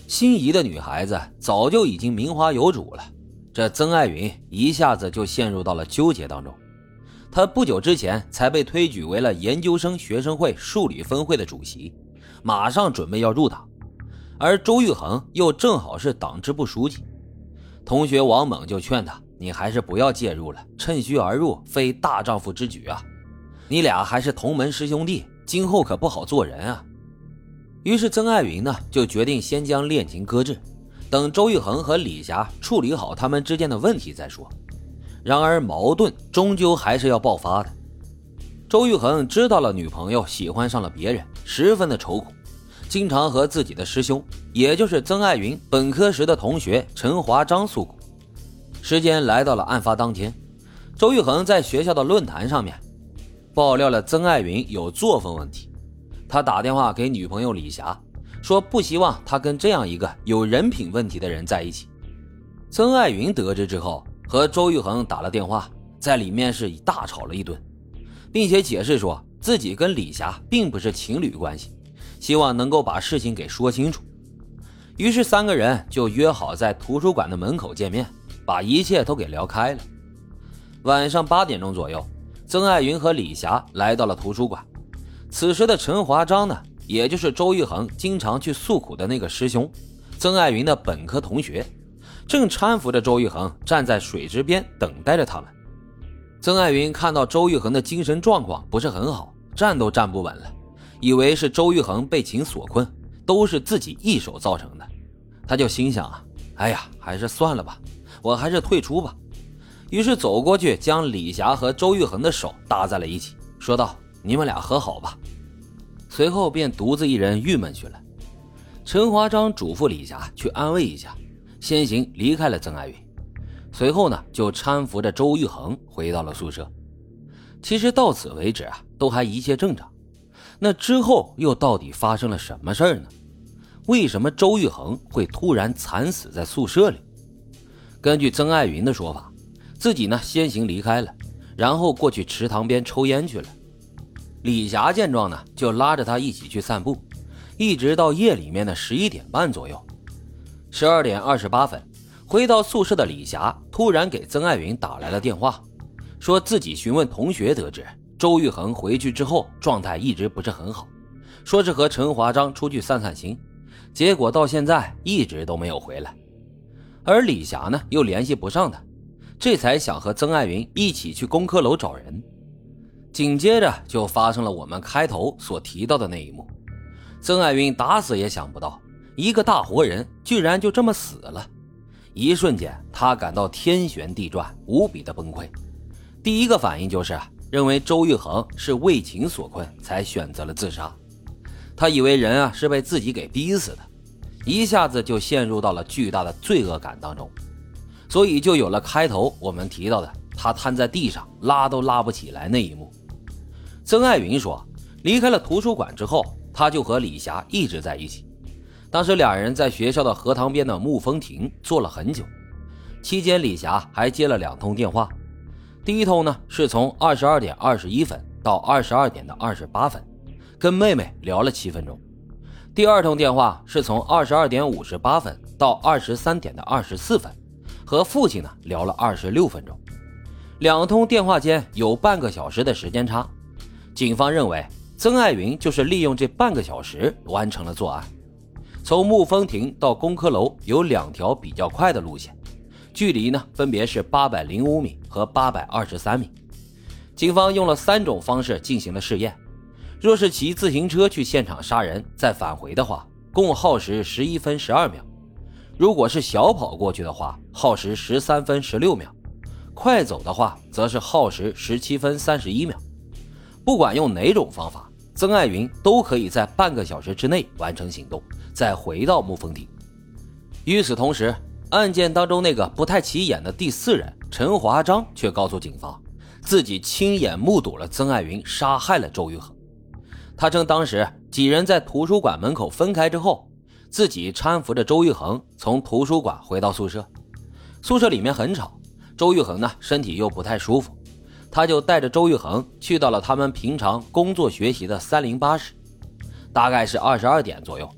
心仪的女孩子早就已经名花有主了，这曾爱云一下子就陷入到了纠结当中。她不久之前才被推举为了研究生学生会数理分会的主席，马上准备要入党，而周玉衡又正好是党支部书记。同学王猛就劝他，你还是不要介入了，趁虚而入非大丈夫之举啊，你俩还是同门师兄弟，今后可不好做人啊。于是曾爱云呢就决定先将恋情搁置，等周玉衡和李霞处理好他们之间的问题再说。然而矛盾终究还是要爆发的。周玉衡知道了女朋友喜欢上了别人，十分的愁苦，经常和自己的师兄，也就是曾爱云本科时的同学陈华章诉苦。时间来到了案发当天，周玉衡在学校的论坛上面爆料了曾爱云有作风问题。他打电话给女朋友李霞，说不希望他跟这样一个有人品问题的人在一起。曾爱云得知之后，和周玉衡打了电话，在里面是大吵了一顿，并且解释说自己跟李霞并不是情侣关系，希望能够把事情给说清楚。于是三个人就约好在图书馆的门口见面，把一切都给聊开了。晚上8点钟左右，曾爱云和李霞来到了图书馆。此时的陈华章呢，也就是周玉衡经常去诉苦的那个师兄，曾爱云的本科同学，正搀扶着周玉衡站在水池边等待着他们。曾爱云看到周玉衡的精神状况不是很好，站都站不稳了，以为是周玉衡被情所困，都是自己一手造成的。他就心想啊，哎呀，还是算了吧，我还是退出吧。于是走过去将李霞和周玉衡的手搭在了一起，说道，你们俩和好吧。随后便独自一人郁闷去了。陈华章嘱咐李霞去安慰一下，先行离开了曾爱云，随后呢就搀扶着周玉衡回到了宿舍。其实到此为止啊，都还一切正常。那之后又到底发生了什么事儿呢？为什么周玉衡会突然惨死在宿舍里？根据曾爱云的说法，自己呢先行离开了，然后过去池塘边抽烟去了。李霞见状呢，就拉着他一起去散步，一直到夜里面的11点半左右。12点28分，回到宿舍的李霞突然给曾爱云打来了电话，说自己询问同学得知，周玉衡回去之后状态一直不是很好，说是和陈华章出去散散心，结果到现在一直都没有回来。而李霞呢又联系不上他，这才想和曾爱云一起去工科楼找人。紧接着就发生了我们开头所提到的那一幕。曾爱云打死也想不到，一个大活人居然就这么死了。一瞬间他感到天旋地转，无比的崩溃。第一个反应就是认为周玉衡是为情所困才选择了自杀。他以为人是被自己给逼死的，一下子就陷入到了巨大的罪恶感当中，所以就有了开头我们提到的他瘫在地上拉都拉不起来那一幕。曾爱云说，离开了图书馆之后，他就和李霞一直在一起。当时两人在学校的河塘边的沐风亭坐了很久，期间李霞还接了2通电话。第一通呢是从22点21分到22点的28分，跟妹妹聊了7分钟。第二通电话是从22点58分到23点的24分，和父亲呢聊了26分钟。2通电话间有半个小时的时间差。警方认为曾爱云就是利用这半个小时完成了作案。从沐风亭到工科楼有2条比较快的路线，距离呢分别是805米和823米。警方用了3种方式进行了试验，若是骑自行车去现场杀人再返回的话，共耗时11分12秒；如果是小跑过去的话，耗时13分16秒；快走的话则是耗时17分31秒。不管用哪种方法，曾爱云都可以在半个小时之内完成行动，再回到沐风亭。与此同时，案件当中那个不太起眼的第4人陈华章却告诉警方，自己亲眼目睹了曾爱云杀害了周玉衡。他称当时几人在图书馆门口分开之后，自己搀扶着周玉衡从图书馆回到宿舍。宿舍里面很吵，周玉衡呢身体又不太舒服，他就带着周玉衡去到了他们平常工作学习的308室。大概是22点左右，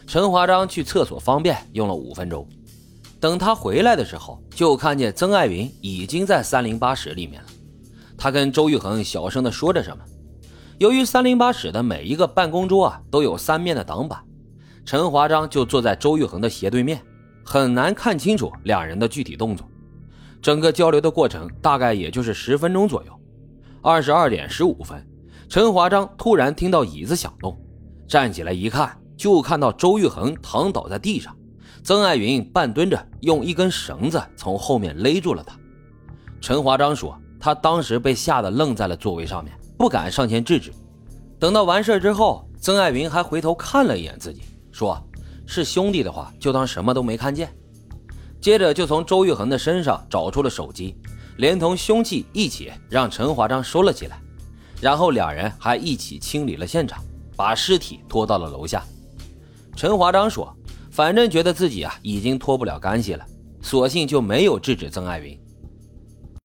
陈华章去厕所方便用了5分钟，等他回来的时候，就看见曾爱云已经在308室里面了。他跟周玉衡小声地说着什么。由于308室的每一个办公桌都有3面的挡板，陈华章就坐在周玉衡的斜对面，很难看清楚两人的具体动作。整个交流的过程大概也就是10分钟左右。22点15分，陈华章突然听到椅子响动，站起来一看，就看到周玉衡躺倒在地上，曾爱云半蹲着，用一根绳子从后面勒住了他。陈华章说，他当时被吓得愣在了座位上面，不敢上前制止。等到完事之后，曾爱云还回头看了一眼自己，说是兄弟的话就当什么都没看见。接着就从周玉衡的身上找出了手机，连同凶器一起让陈华章收了起来，然后两人还一起清理了现场，把尸体拖到了楼下。陈华章说，反正觉得自己已经脱不了干系了，索性就没有制止曾爱云，